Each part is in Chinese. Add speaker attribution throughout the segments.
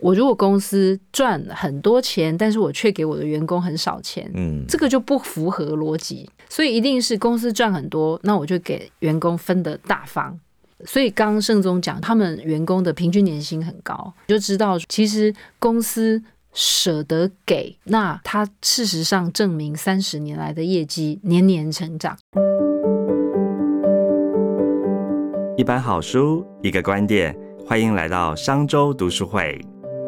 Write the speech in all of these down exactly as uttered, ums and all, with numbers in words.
Speaker 1: 我如果公司赚很多钱，但是我却给我的员工很少钱，嗯，这个就不符合逻辑。所以一定是公司赚很多，那我就给员工分得大方。所以刚刚盛总讲，他们员工的平均年薪很高，就知道其实公司舍得给，那他事实上证明三十年来的业绩年年成长。
Speaker 2: 一本好书，一个观点，欢迎来到商周读书会。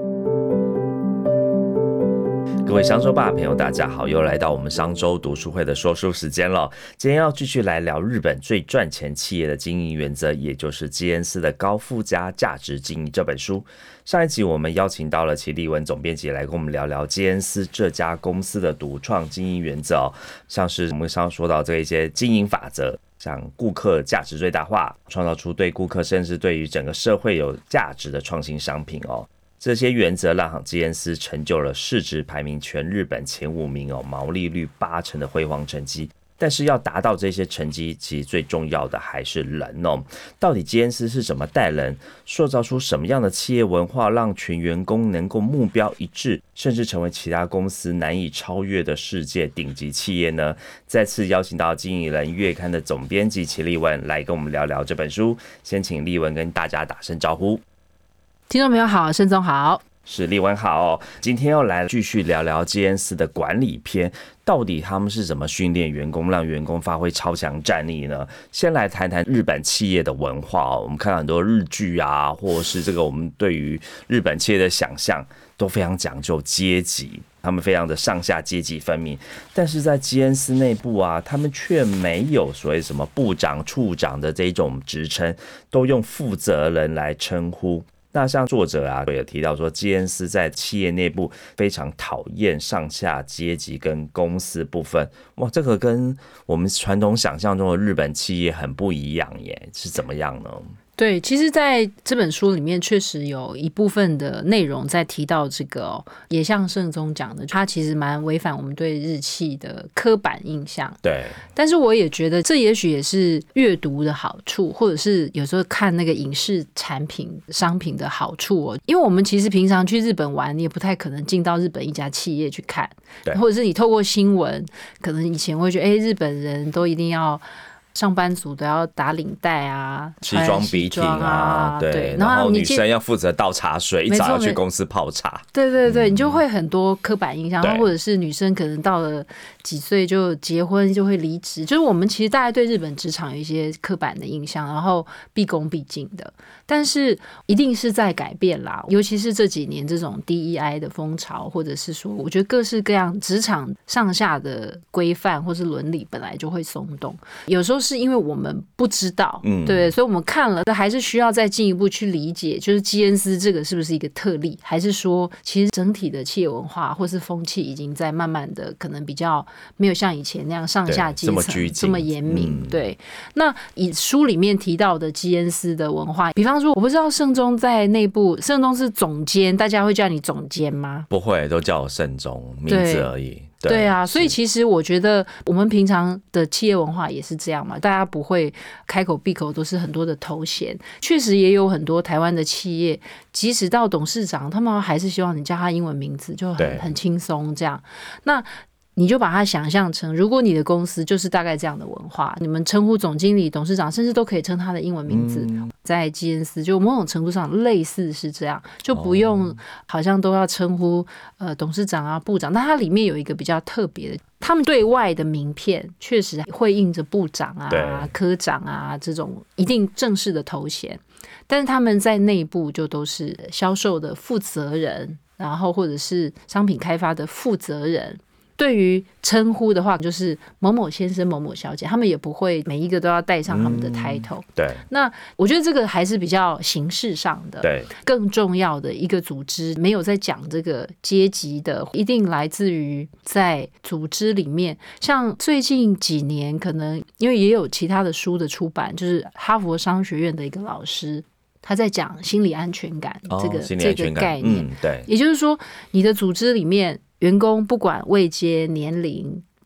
Speaker 2: 各位商周吧朋友大家好，又来到我们商周读书会的说书时间了。今天要继续来聊日本最赚钱企业的经营原则，也就是基恩斯的高附加价值经营这本书。上一集我们邀请到了齐立文总编辑来跟我们聊聊基恩斯这家公司的独创经营原则、哦、像是我们刚刚说到这一些经营法则，像顾客价值最大化，创造出对顾客甚至对于整个社会有价值的创新商品哦。这些原则让基恩斯成就了市值排名全日本前五名哦，毛利率八成的辉煌成绩。但是要达到这些成绩，其实最重要的还是人哦。到底基恩斯是怎么带人，塑造出什么样的企业文化，让全员工能够目标一致，甚至成为其他公司难以超越的世界顶级企业呢？再次邀请到经理人月刊的总编辑齐立文来跟我们聊聊这本书。先请立文跟大家打声招呼。
Speaker 1: 听众朋友好，盛总好。
Speaker 2: 是立文好、哦、今天要来继续聊聊基恩斯的管理篇，到底他们是怎么训练员工，让员工发挥超强战力呢？先来谈谈日本企业的文化、哦、我们看到很多日剧啊，或者是这个我们对于日本企业的想象都非常讲究阶级，他们非常的上下阶级分明，但是在基恩斯内部啊，他们却没有所谓什么部长、处长的这种职称，都用负责人来称呼。那像作者啊也提到说，基恩斯在企业内部非常讨厌上下阶级跟公司部分。哇，这个跟我们传统想象中的日本企业很不一样耶，是怎么样呢？
Speaker 1: 对，其实在这本书里面确实有一部分的内容在提到这个、哦、也像盛宗讲的，它其实蛮违反我们对日企的刻板印象。
Speaker 2: 对，
Speaker 1: 但是我也觉得这也许也是阅读的好处，或者是有时候看那个影视产品商品的好处哦。因为我们其实平常去日本玩，你也不太可能进到日本一家企业去看，或者是你透过新闻，可能以前会觉得，哎，日本人都一定要。上班族都要打领带啊，
Speaker 2: 西装笔挺啊，对，对，然后女生要负责倒茶水，一早要去公司泡茶。
Speaker 1: 对对对，嗯、你就会很多刻板印象，或者是女生可能到了几岁就结婚就会离职，就是我们其实大概对日本职场有一些刻板的印象，然后毕恭毕敬的，但是一定是在改变啦，尤其是这几年这种 D E I 的风潮，或者是说，我觉得各式各样职场上下的规范或是伦理本来就会松动，有时候是因为我们不知道，嗯，对，所以我们看了，还是需要再进一步去理解，就是基恩斯这个是不是一个特例，还是说其实整体的企业文化或是风气已经在慢慢的可能比较没有像以前那样上下阶层这么严明、嗯、对。那以书里面提到的基恩斯的文化，比方说我不知道盛宗在内部，盛宗是总监，大家会叫你总监吗？
Speaker 2: 不会，都叫我盛宗名字而已。
Speaker 1: 对, 对啊，所以其实我觉得我们平常的企业文化也是这样嘛，大家不会开口闭口都是很多的头衔，确实也有很多台湾的企业，即使到董事长，他们还是希望你叫他英文名字，就很很轻松这样。那你就把它想象成，如果你的公司就是大概这样的文化，你们称呼总经理、董事长，甚至都可以称他的英文名字。嗯、在基恩斯，就某种程度上类似是这样，就不用好像都要称呼呃董事长啊、部长。但它里面有一个比较特别的，他们对外的名片确实会印着部长啊、科长啊这种一定正式的头衔，但是他们在内部就都是销售的负责人，然后或者是商品开发的负责人。对于称呼的话，就是某某先生、某某小姐，他们也不会每一个都要带上他们的 title、嗯。对，那我觉得这个还是比较形式上的。对，更重要的一个组织没有在讲这个阶级的，一定来自于在组织里面。像最近几年，可能因为也有其他的书的出版，就是哈佛商学院的一个老师。他在讲心理安全感这个、哦、这个概念、嗯、对，也就是说，你的组织里面员工不管位阶、年龄、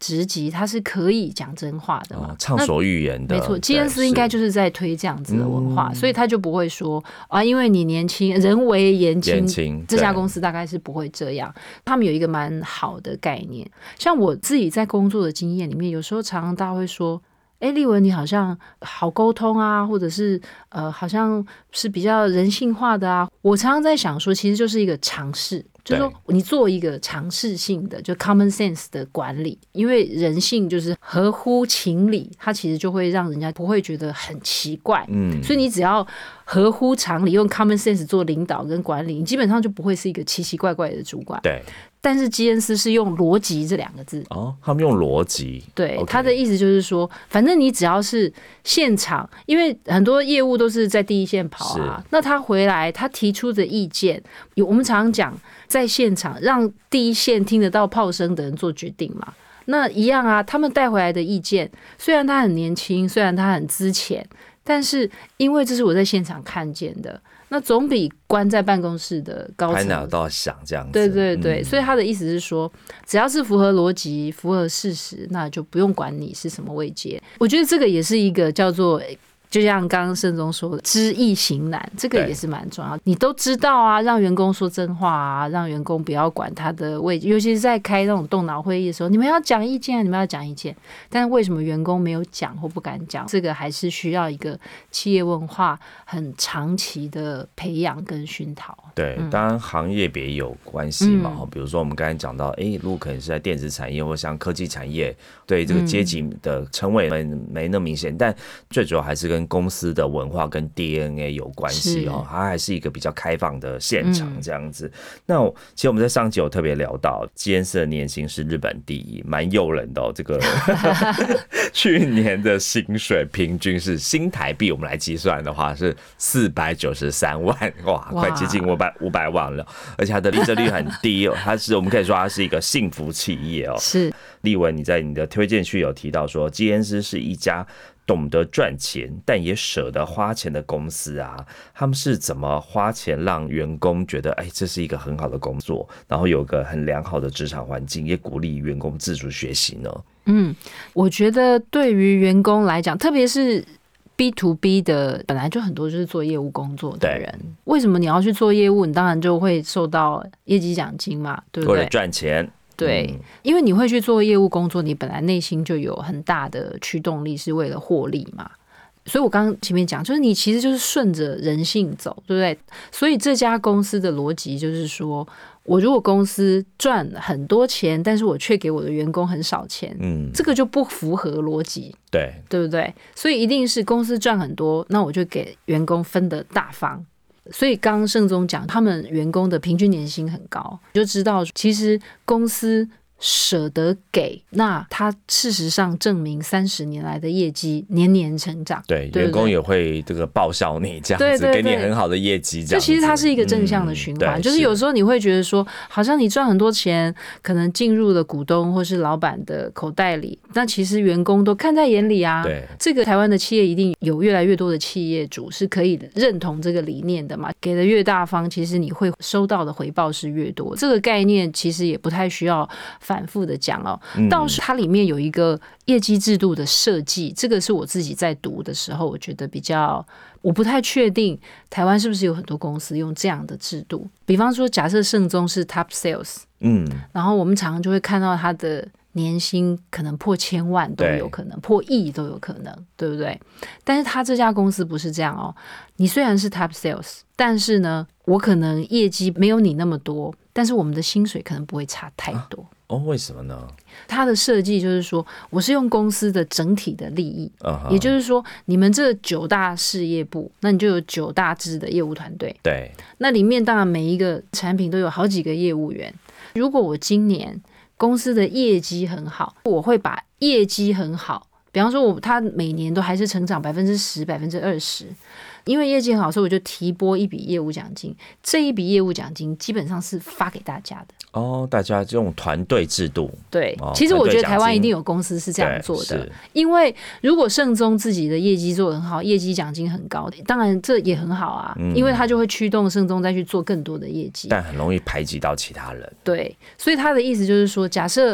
Speaker 1: 职级，它是可以讲真话的嘛，
Speaker 2: 畅、哦、所欲言的。
Speaker 1: 没错，基恩斯应该就是在推这样子的文化，嗯、所以他就不会说啊，因为你年轻，人为言轻，这家公司大概是不会这样。他们有一个蛮好的概念，像我自己在工作的经验里面，有时候常常大家会说，哎，丽文你好像好沟通啊，或者是呃，好像是比较人性化的啊。我常常在想说，其实就是一个尝试。就是说，你做一个尝试性的，就 common sense 的管理，因为人性就是合乎情理，它其实就会让人家不会觉得很奇怪。嗯，所以你只要合乎常理，用 common sense 做领导跟管理，你基本上就不会是一个奇奇怪怪的主管。
Speaker 2: 对。
Speaker 1: 但是基恩斯是用逻辑这两个字
Speaker 2: 哦，他们用逻辑，
Speaker 1: 对、
Speaker 2: okay.
Speaker 1: 他的意思就是说，反正你只要是现场，因为很多业务都是在第一线跑啊，那他回来他提出的意见，有我们常常讲在现场让第一线听得到炮声的人做决定嘛，那一样啊，他们带回来的意见，虽然他很年轻，虽然他很资浅，但是因为这是我在现场看见的。那总比关在办公室的高层
Speaker 2: 拍脑到想这样子。
Speaker 1: 对对对、嗯，所以他的意思是说，只要是符合逻辑、符合事实，那就不用管你是什么位阶。我觉得这个也是一个叫做，就像刚刚盛宗说的，知易行难，这个也是蛮重要。你都知道啊，让员工说真话啊，让员工不要管他的位置，尤其是在开那种动脑会议的时候，你们要讲意见，你们要讲意见。但是为什么员工没有讲或不敢讲？这个还是需要一个企业文化很长期的培养跟熏陶。
Speaker 2: 对，当然行业别有关系嘛、嗯。比如说我们刚才讲到，哎，如果可能是在电子产业或像科技产业，对这个阶级的称谓没没那么明显，但最主要还是跟公司的文化跟 D N A 有关系哦，它还是一个比较开放的现场这样子。嗯、那其实我们在上集有特别聊到，基恩斯的年薪是日本第一，蛮诱人的哦。这个去年的薪水平均是新台币，我们来计算的话是四百九十三万，哇，快接近五百五百万了，而且它的离职率很低哦，它是我们可以说它是一个幸福企业哦。
Speaker 1: 是，
Speaker 2: 立文你在你的推荐序有提到说，基恩斯是一家懂得赚钱但也舍得花钱的公司啊，他们是怎么花钱让员工觉得哎，这是一个很好的工作，然后有个很良好的职场环境，也鼓励员工自主学习呢？
Speaker 1: 嗯，我觉得对于员工来讲，特别是B to B 的，本来就很多就是做业务工作的人，为什么你要去做业务？你当然就会受到业绩奖金嘛，对不对？
Speaker 2: 为了赚钱。
Speaker 1: 对、嗯，因为你会去做业务工作，你本来内心就有很大的驱动力，是为了获利嘛。所以我刚刚前面讲，就是你其实就是顺着人性走，对不对？所以这家公司的逻辑就是说，我如果公司赚很多钱，但是我却给我的员工很少钱，嗯，这个就不符合逻辑，
Speaker 2: 对，
Speaker 1: 对不对？所以一定是公司赚很多，那我就给员工分得大方。所以刚刚盛宗讲，他们员工的平均年薪很高，就知道其实公司舍得给，那他事实上证明三十年来的业绩年年成长，
Speaker 2: 对，
Speaker 1: 对， 对，
Speaker 2: 员工也会这个报效你这样子，
Speaker 1: 对对对，
Speaker 2: 给你很好的业绩，这样子。
Speaker 1: 其实它是一个正向的循环、嗯、就是有时候你会觉得说，好像你赚很多钱，可能进入了股东或是老板的口袋里，那其实员工都看在眼里啊。
Speaker 2: 对，
Speaker 1: 这个台湾的企业一定有越来越多的企业主是可以认同这个理念的嘛，给的越大方，其实你会收到的回报是越多。这个概念其实也不太需要反复的讲哦，倒是它里面有一个业绩制度的设计，这个是我自己在读的时候，我觉得比较，我不太确定台湾是不是有很多公司用这样的制度。比方说，假设盛宗是 top sales， 嗯，然后我们常常就会看到他的年薪可能破千万都有可能，破亿都有可能，对不对？但是他这家公司不是这样哦。你虽然是 top sales， 但是呢，我可能业绩没有你那么多，但是我们的薪水可能不会差太多。啊
Speaker 2: 哦，为什么呢？
Speaker 1: 它的设计就是说，我是用公司的整体的利益， uh-huh. 也就是说，你们这九大事业部，那你就有九大支的业务团队。
Speaker 2: 对，那
Speaker 1: 里面当然每一个产品都有好几个业务员。如果我今年公司的业绩很好，我会把业绩很好，比方说我他每年都还是成长百分之十、百分之二十。因为业绩很好，所以我就提拨一笔业务奖金。这一笔业务奖金基本上是发给大家的。
Speaker 2: 哦，大家这种团队制度。
Speaker 1: 对、
Speaker 2: 哦，
Speaker 1: 其实我觉得台湾一定有公司是这样做的。因为如果盛宗自己的业绩做得很好，业绩奖金很高，当然这也很好啊，嗯、因为他就会驱动盛宗再去做更多的业绩。
Speaker 2: 但很容易排挤到其他人。
Speaker 1: 对，所以他的意思就是说，假设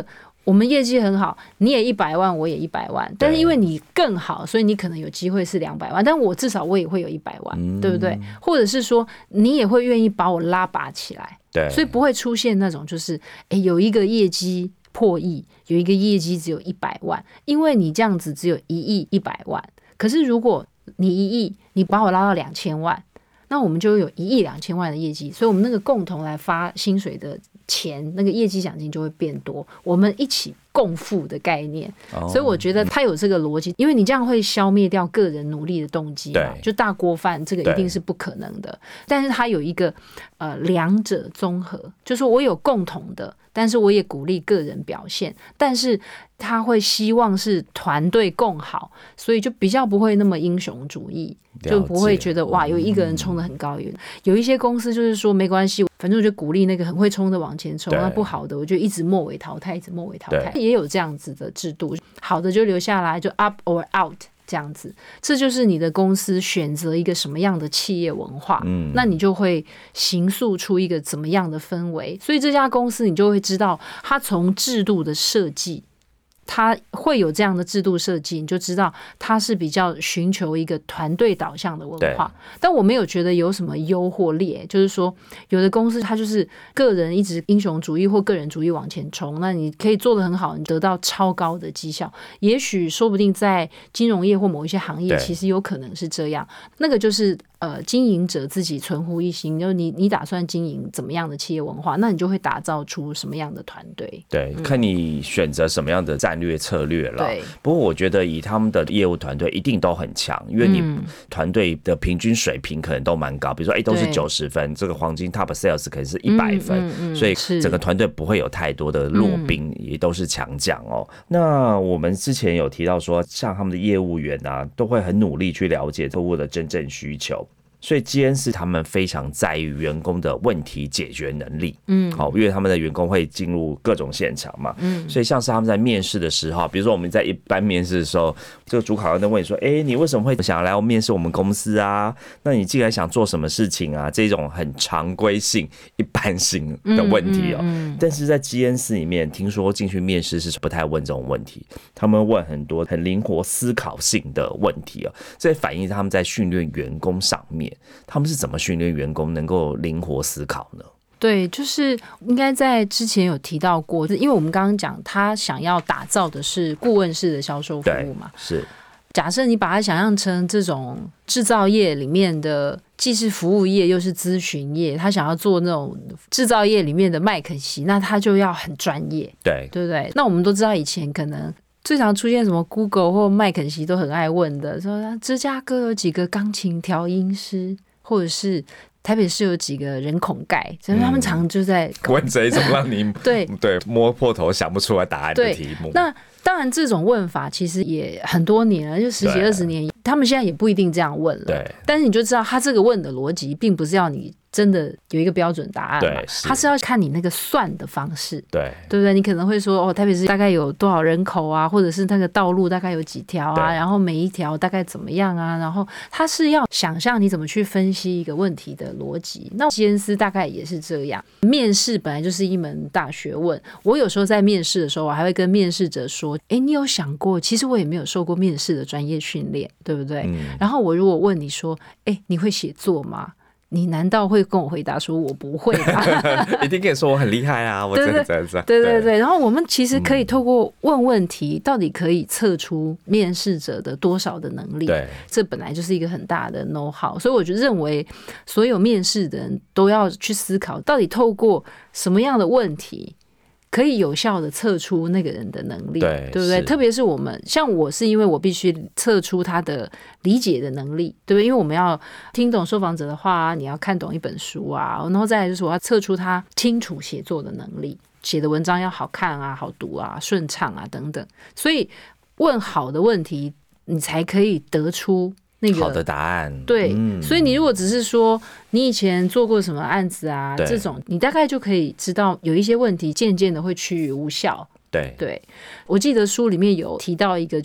Speaker 1: 我们业绩很好，你也一百万，我也一百万，但是因为你更好，所以你可能有机会是两百万，但我至少我也会有一百万、嗯，对不对？或者是说你也会愿意把我拉拔起来，
Speaker 2: 对，
Speaker 1: 所以不会出现那种就是哎有一个业绩破亿，有一个业绩只有一百万，因为你这样子只有一亿一百万，可是如果你一亿，你把我拉到两千万，那我们就有一亿两千万的业绩，所以我们那个共同来发薪水的钱，那个业绩奖金就会变多，我们一起共富的概念。哦、所以我觉得他有这个逻辑，因为你这样会消灭掉个人努力的动机嘛，就大锅饭这个一定是不可能的。但是他有一个呃两者综合，就是我有共同的，但是我也鼓励个人表现，但是他会希望是团队共好，所以就比较不会那么英雄主义，就不会觉得哇有一个人冲得很高远。有一些公司就是说没关系，反正我就鼓励那个很会冲的往前冲，那不好的我就一直末尾淘汰，一直末尾淘汰，也有这样子的制度，好的就留下来，就 up or out。这样子，这就是你的公司选择一个什么样的企业文化，嗯，那你就会形塑出一个怎么样的氛围。所以这家公司你就会知道，它从制度的设计，它会有这样的制度设计，你就知道它是比较寻求一个团队导向的文化。但我没有觉得有什么优或劣，就是说有的公司它就是个人一直英雄主义或个人主义往前冲，那你可以做得很好，你得到超高的绩效，也许说不定在金融业或某一些行业其实有可能是这样，那个就是呃，经营者自己存乎一心，就是你你打算经营怎么样的企业文化，那你就会打造出什么样的团队。
Speaker 2: 对，嗯、看你选择什么样的战略策略了。对，不过我觉得以他们的业务团队一定都很强，因为你团队的平均水平可能都蛮高，比如说哎、欸、都是九十分，这个黄金 Top Sales 可能是一百分、嗯嗯嗯，所以整个团队不会有太多的弱兵，嗯、也都是强将哦。那我们之前有提到说，像他们的业务员啊，都会很努力去了解客户的真正需求。所以基恩斯他们非常在意员工的问题解决能力，嗯，好，因为他们的员工会进入各种现场嘛，嗯，所以像是他们在面试的时候，比如说我们在一般面试的时候，这个主考官都问你说，哎、欸，你为什么会想要来面试我们公司啊？那你进来想做什么事情啊？这种很常规性、一般性的问题哦、喔。嗯嗯嗯、但是在基恩斯里面，听说进去面试是不太问这种问题，他们问很多很灵活思考性的问题哦、喔，这反映他们在训练员工上面。他们是怎么训练员工能够灵活思考呢？
Speaker 1: 对，就是应该在之前有提到过，因为我们刚刚讲他想要打造的是顾问式的销售服务嘛，
Speaker 2: 是。
Speaker 1: 假设你把它想象成这种制造业里面的，既是服务业又是咨询业，他想要做那种制造业里面的麦肯锡，那他就要很专业，
Speaker 2: 对，
Speaker 1: 对不对？那我们都知道以前可能最常出现什么 Google 或麦肯锡都很爱问的，说芝加哥有几个钢琴调音师，或者是台北市有几个人孔盖，所以他们常就在
Speaker 2: 问这一种让你
Speaker 1: 对
Speaker 2: 对摸破头想不出来答案的题目。
Speaker 1: 那当然，这种问法其实也很多年了，就十几二十年，他们现在也不一定这样问了。
Speaker 2: 对，
Speaker 1: 但是你就知道，他这个问的逻辑，并不是要你真的有一个标准答案嘛，他是要看你那个算的方式，
Speaker 2: 对，
Speaker 1: 对不对？你可能会说，哦，台北市大概有多少人口啊，或者是那个道路大概有几条啊，然后每一条大概怎么样啊，然后他是要想象你怎么去分析一个问题的逻辑。那基恩斯大概也是这样，面试本来就是一门大学问。我有时候在面试的时候，我还会跟面试者说，哎，你有想过，其实我也没有受过面试的专业训练，对不对？嗯、然后我如果问你说，哎，你会写作吗？你难道会跟我回答说我不会吧？
Speaker 2: 一定跟你说我很厉害啊！我真的真的
Speaker 1: 对对对。然后我们其实可以透过问问题，到底可以测出面试者的多少的能力。对，这本来就是一个很大的 know how， 所以我就认为所有面试的人都要去思考，到底透过什么样的问题可以有效的测出那个人的能力， 对, 对不对？特别是我们，像我是因为我必须测出他的理解的能力，对不对？因为我们要听懂受访者的话啊，你要看懂一本书啊，然后再来就是我要测出他清楚写作的能力，写的文章要好看啊、好读啊、顺畅啊等等。所以问好的问题，你才可以得出那个
Speaker 2: 好的答案。
Speaker 1: 对、嗯，所以你如果只是说你以前做过什么案子啊，这种你大概就可以知道有一些问题渐渐的会趋于无效。
Speaker 2: 对对，
Speaker 1: 我记得书里面有提到一个，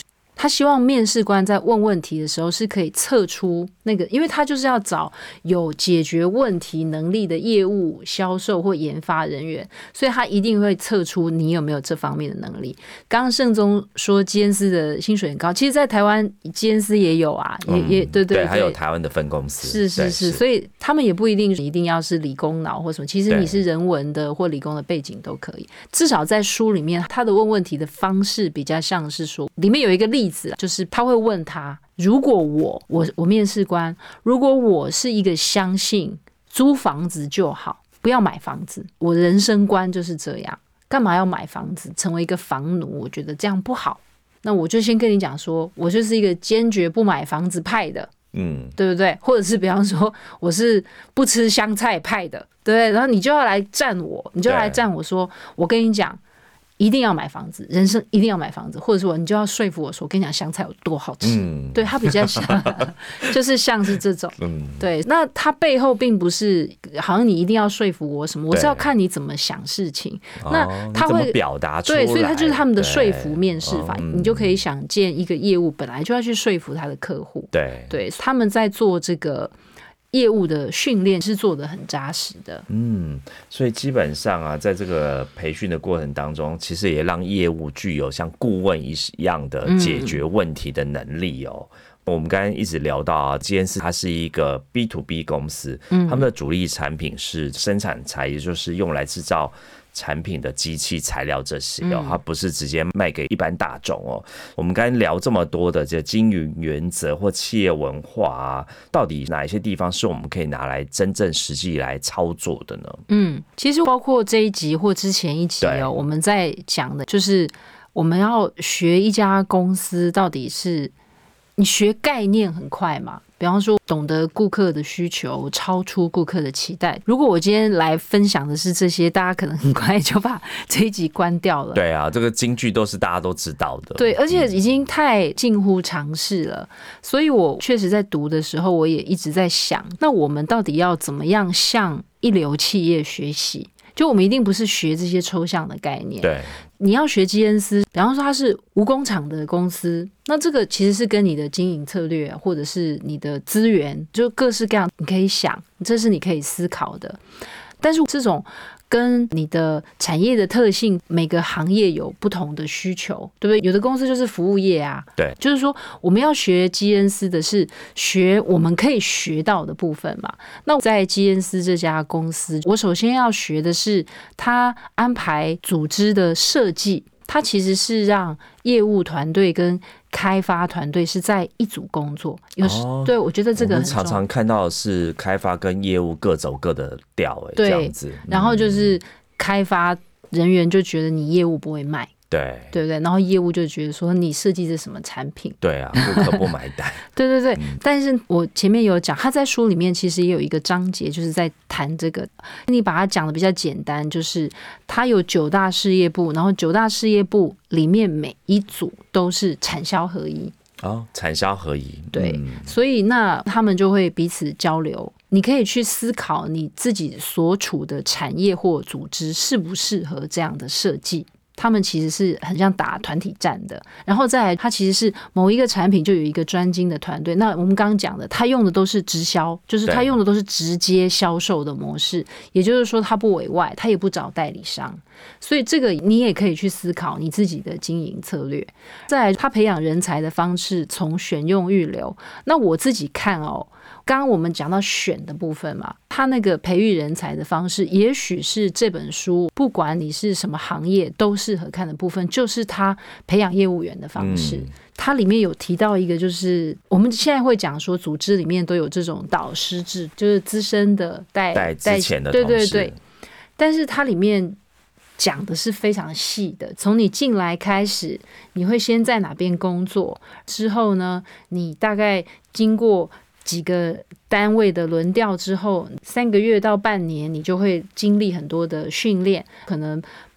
Speaker 1: 他希望面试官在问问题的时候是可以测出那个，因为他就是要找有解决问题能力的业务、销售或研发人员，所以他一定会测出你有没有这方面的能力。刚刚盛宗说基恩斯的薪水很高，其实在台湾基恩斯也有啊，也、嗯、也对对 对, 对，
Speaker 2: 还有台湾的分公司，
Speaker 1: 是是 是, 是，所以他们也不一定一定要是理工脑或什么，其实你是人文的或理工的背景都可以。至少在书里面，他的问问题的方式比较像是说，里面有一个例子，就是他会问他，如果我我我面试官，如果我是一个相信租房子就好，不要买房子，我的人生观就是这样，干嘛要买房子，成为一个房奴？我觉得这样不好。那我就先跟你讲说，我就是一个坚决不买房子派的，嗯，对不对？或者是比方说我是不吃香菜派的，对不对？然后你就要来站我，你就要来站我说，我跟你讲，一定要买房子，人生一定要买房子，或者说你就要说服我说，我跟你讲香菜有多好吃，嗯、对，他比较像，就是像是这种，嗯、对。那他背后并不是好像你一定要说服我什么，我是要看你怎么想事情。那他会
Speaker 2: 表达出来，
Speaker 1: 对，所以他就是他们的说服面试法，嗯、你就可以想见一个业务本来就要去说服他的客户，对，对，他们在做这个业务的训练是做得很扎实的，嗯，
Speaker 2: 所以基本上啊，在这个培训的过程当中，其实也让业务具有像顾问一样的解决问题的能力哦。嗯，我们刚才一直聊到啊，基恩斯它是一个 B to B 公司，嗯，他们的主力产品是生产材，也就是用来制造产品的机器材料这些哦，它不是直接卖给一般大众哦。我们刚才聊这么多的这经营原则或企业文化啊，到底哪一些地方是我们可以拿来真正实际来操作的呢？
Speaker 1: 嗯，其实包括这一集或之前一集哦，我们在讲的就是我们要学一家公司到底是你学概念很快嘛。比方说懂得顾客的需求，超出顾客的期待。如果我今天来分享的是这些，大家可能很快就把这一集关掉了。
Speaker 2: 对啊，这个金句都是大家都知道的。
Speaker 1: 对，而且已经太近乎常识了。所以我确实在读的时候，我也一直在想，那我们到底要怎么样向一流企业学习？就我们一定不是学这些抽象的概念。
Speaker 2: 对，
Speaker 1: 你要学基恩斯，比方说它是无工厂的公司，那这个其实是跟你的经营策略或者是你的资源，就各式各样，你可以想，这是你可以思考的。但是这种跟你的产业的特性，每个行业有不同的需求，对不对？有的公司就是服务业啊，
Speaker 2: 对，
Speaker 1: 就是说我们要学基恩斯的是学我们可以学到的部分嘛。那在基恩斯这家公司，我首先要学的是他安排组织的设计，它其实是让业务团队跟开发团队是在一组工作。有时、哦、对，我觉得这个很重要。
Speaker 2: 我们常常看到的是开发跟业务各走各的调，哎，这样子。
Speaker 1: 然后就是开发人员就觉得你业务不会卖。
Speaker 2: 对，
Speaker 1: 对不对？然后业务就觉得说你设计的什么产品，
Speaker 2: 对啊，顾客不买单。
Speaker 1: 对对对、嗯，但是我前面有讲，他在书里面其实也有一个章节，就是在谈这个。你把它讲的比较简单，就是它有九大事业部，然后九大事业部里面每一组都是产销合一。
Speaker 2: 哦，产销合一，
Speaker 1: 对、嗯，所以那他们就会彼此交流。你可以去思考你自己所处的产业或组织适不适合这样的设计。他们其实是很像打团体战的，然后再来，它其实是某一个产品就有一个专精的团队。那我们刚刚讲的，他用的都是直销，就是他用的都是直接销售的模式，也就是说，他不委外，他也不找代理商。所以这个你也可以去思考你自己的经营策略。再来，他培养人才的方式从选用预留。那我自己看哦。刚刚我们讲到选的部分嘛，他那个培育人才的方式，也许是这本书不管你是什么行业都适合看的部分，就是他培养业务员的方式。嗯、它里面有提到一个，就是我们现在会讲说，组织里面都有这种导师制，就是资深的带
Speaker 2: 带之前的同事，
Speaker 1: 对对对。但是它里面讲的是非常细的，从你进来开始，你会先在哪边工作，之后呢，你大概经过几个单位的轮调之后，三个月到半年，你就会经历很多的训练，可能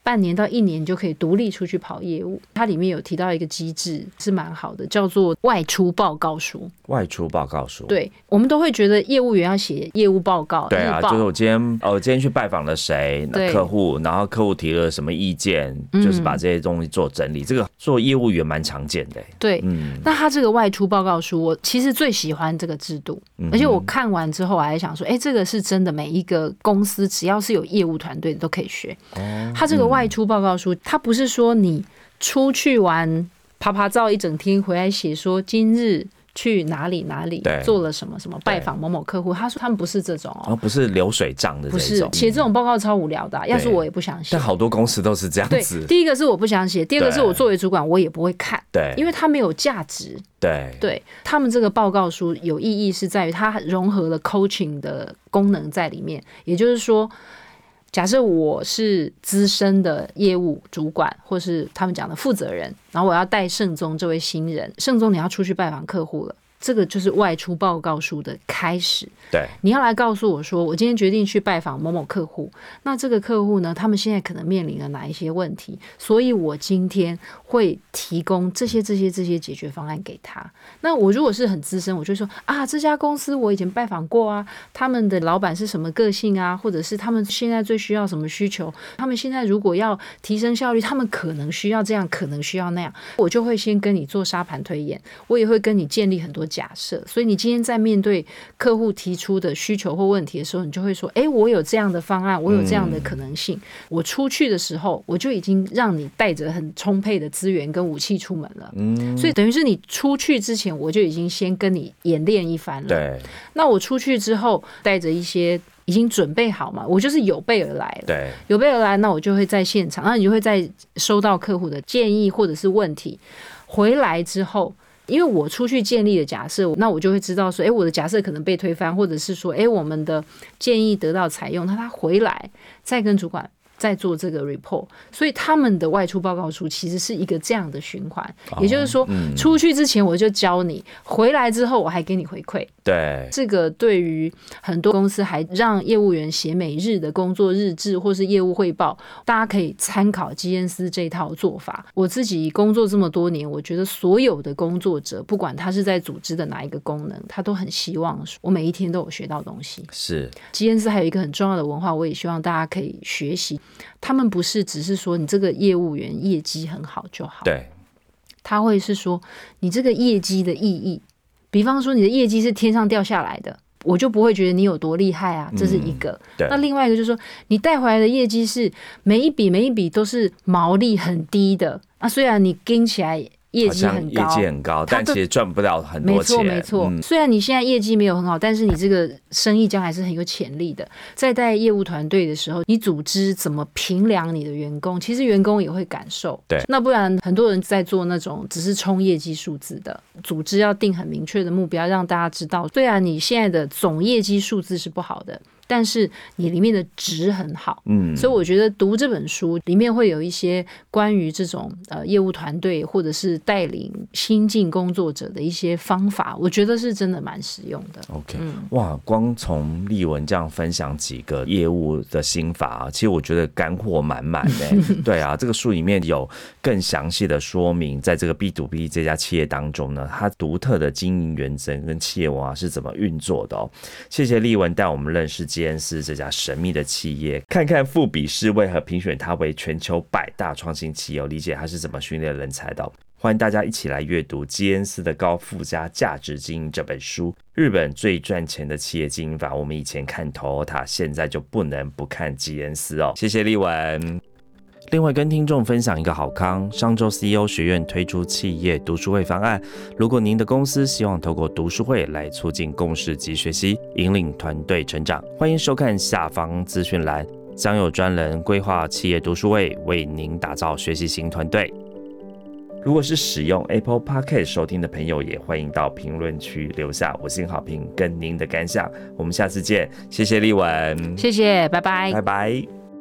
Speaker 1: 半年到一年就可以独立出去跑业务。它里面有提到一个机制是蛮好的，叫做外出报告书。
Speaker 2: 外出报告书，
Speaker 1: 对，我们都会觉得业务员要写业务报告，
Speaker 2: 对啊，就是我今天哦，我今天去拜访了谁客户，然后客户提了什么意见，嗯、就是把这些东西做整理。这个做业务员蛮常见的。
Speaker 1: 对，嗯，那他这个外出报告书，我其实最喜欢这个制度，嗯、而且我看完之后，我还想说，哎、欸，这个是真的，每一个公司只要是有业务团队的都可以学。哦，他这个外出报告书，他不是说你出去玩爬爬照一整天回来写说今日去哪里哪里做了什么什么拜访某某客户，他说他们不是这种哦，
Speaker 2: 不是流水账的这种，不是
Speaker 1: 写这种报告超无聊的、啊，要是我也不想写。
Speaker 2: 但好多公司都是这样子。
Speaker 1: 对，第一个是我不想写，第二个是我作为主管我也不会看，
Speaker 2: 对，
Speaker 1: 因为它没有价值。
Speaker 2: 对，
Speaker 1: 对，他们这个报告书有意义是在于它融合了 coaching 的功能在里面，也就是说。假设我是资深的业务主管，或是他们讲的负责人，然后我要带盛宗这位新人，盛宗你要出去拜访客户了，这个就是外出报告书的开始。
Speaker 2: 对，
Speaker 1: 你要来告诉我说，我今天决定去拜访某某客户，那这个客户呢，他们现在可能面临了哪一些问题，所以我今天会提供这些、这些、这些解决方案给他。那我如果是很资深，我就说啊，这家公司我以前拜访过啊，他们的老板是什么个性啊，或者是他们现在最需要什么需求，他们现在如果要提升效率，他们可能需要这样，可能需要那样，我就会先跟你做沙盘推演，我也会跟你建立很多假设，所以你今天在面对客户提出的需求或问题的时候，你就会说，哎，我有这样的方案，我有这样的可能性、嗯、我出去的时候我就已经让你带着很充沛的资源跟武器出门了、嗯、所以等于是你出去之前我就已经先跟你演练一番了。
Speaker 2: 对，
Speaker 1: 那我出去之后带着一些已经准备好嘛，我就是有备而来了。
Speaker 2: 对，
Speaker 1: 有备而来，那我就会在现场，那你就会在收到客户的建议或者是问题回来之后，因为我出去建立的假设，那我就会知道说，哎，我的假设可能被推翻，或者是说，哎，我们的建议得到采用，那他回来再跟主管再做这个 report， 所以他们的外出报告书其实是一个这样的循环、哦、也就是说、嗯、出去之前我就教你，回来之后我还给你回馈。
Speaker 2: 对，
Speaker 1: 这个对于很多公司还让业务员写每日的工作日志或是业务汇报，大家可以参考基恩斯这套做法。我自己工作这么多年，我觉得所有的工作者不管他是在组织的哪一个功能，他都很希望我每一天都有学到东西。
Speaker 2: 是，
Speaker 1: 基恩斯还有一个很重要的文化，我也希望大家可以学习，他们不是只是说你这个业务员业绩很好就好，
Speaker 2: 对，
Speaker 1: 他会是说你这个业绩的意义，比方说你的业绩是天上掉下来的，我就不会觉得你有多厉害啊，这是一个、嗯、那另外一个就是说你带回来的业绩是每一笔每一笔都是毛利很低的啊，虽然你跟起来业绩很高，
Speaker 2: 业绩很高，但其实赚不到很多钱。
Speaker 1: 没错没错、嗯，虽然你现在业绩没有很好，但是你这个生意将来是很有潜力的。在带业务团队的时候，你组织怎么评量你的员工，其实员工也会感受。
Speaker 2: 对，
Speaker 1: 那不然很多人在做那种只是冲业绩数字的，组织要定很明确的目标，让大家知道，虽然你现在的总业绩数字是不好的，但是你里面的值很好，嗯，所以我觉得读这本书里面会有一些关于这种呃业务团队或者是带领新进工作者的一些方法，我觉得是真的蛮实用的。
Speaker 2: OK，、嗯、哇，光从丽文这样分享几个业务的心法啊，其实我觉得干货满满的。对啊，这个书里面有更详细的说明，在这个 B to B 这家企业当中呢，它独特的经营原则跟企业文化是怎么运作的哦。谢谢丽文带我们认识基恩斯这家神秘的企业，看看富比士为何评选它为全球百大创新企业，理解它是怎么训练人才的。欢迎大家一起来阅读基恩斯的高附加价值经营这本书，日本最赚钱的企业经营法。我们以前看 Toyota， 现在就不能不看基恩斯哦。谢谢丽文。另外跟听众分享一个好康，上周 C E O 学院推出企业读书会方案，如果您的公司希望透过读书会来促进共识及学习，引领团队成长，欢迎收看下方资讯栏，将有专人规划企业读书会，为您打造学习型团队。如果是使用 Apple Podcast 收听的朋友，也欢迎到评论区留下五星好评跟您的感想。我们下次见，谢谢丽文，
Speaker 1: 谢谢，拜拜，
Speaker 2: 拜拜。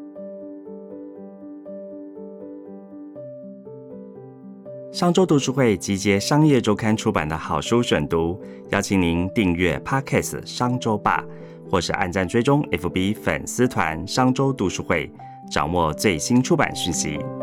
Speaker 2: 商周读书会集结商业周刊出版的好书选读，邀请您订阅 Podcast 商周吧，或是按赞追踪 F B 粉丝团商周读书会，
Speaker 3: 掌握最新出版讯息。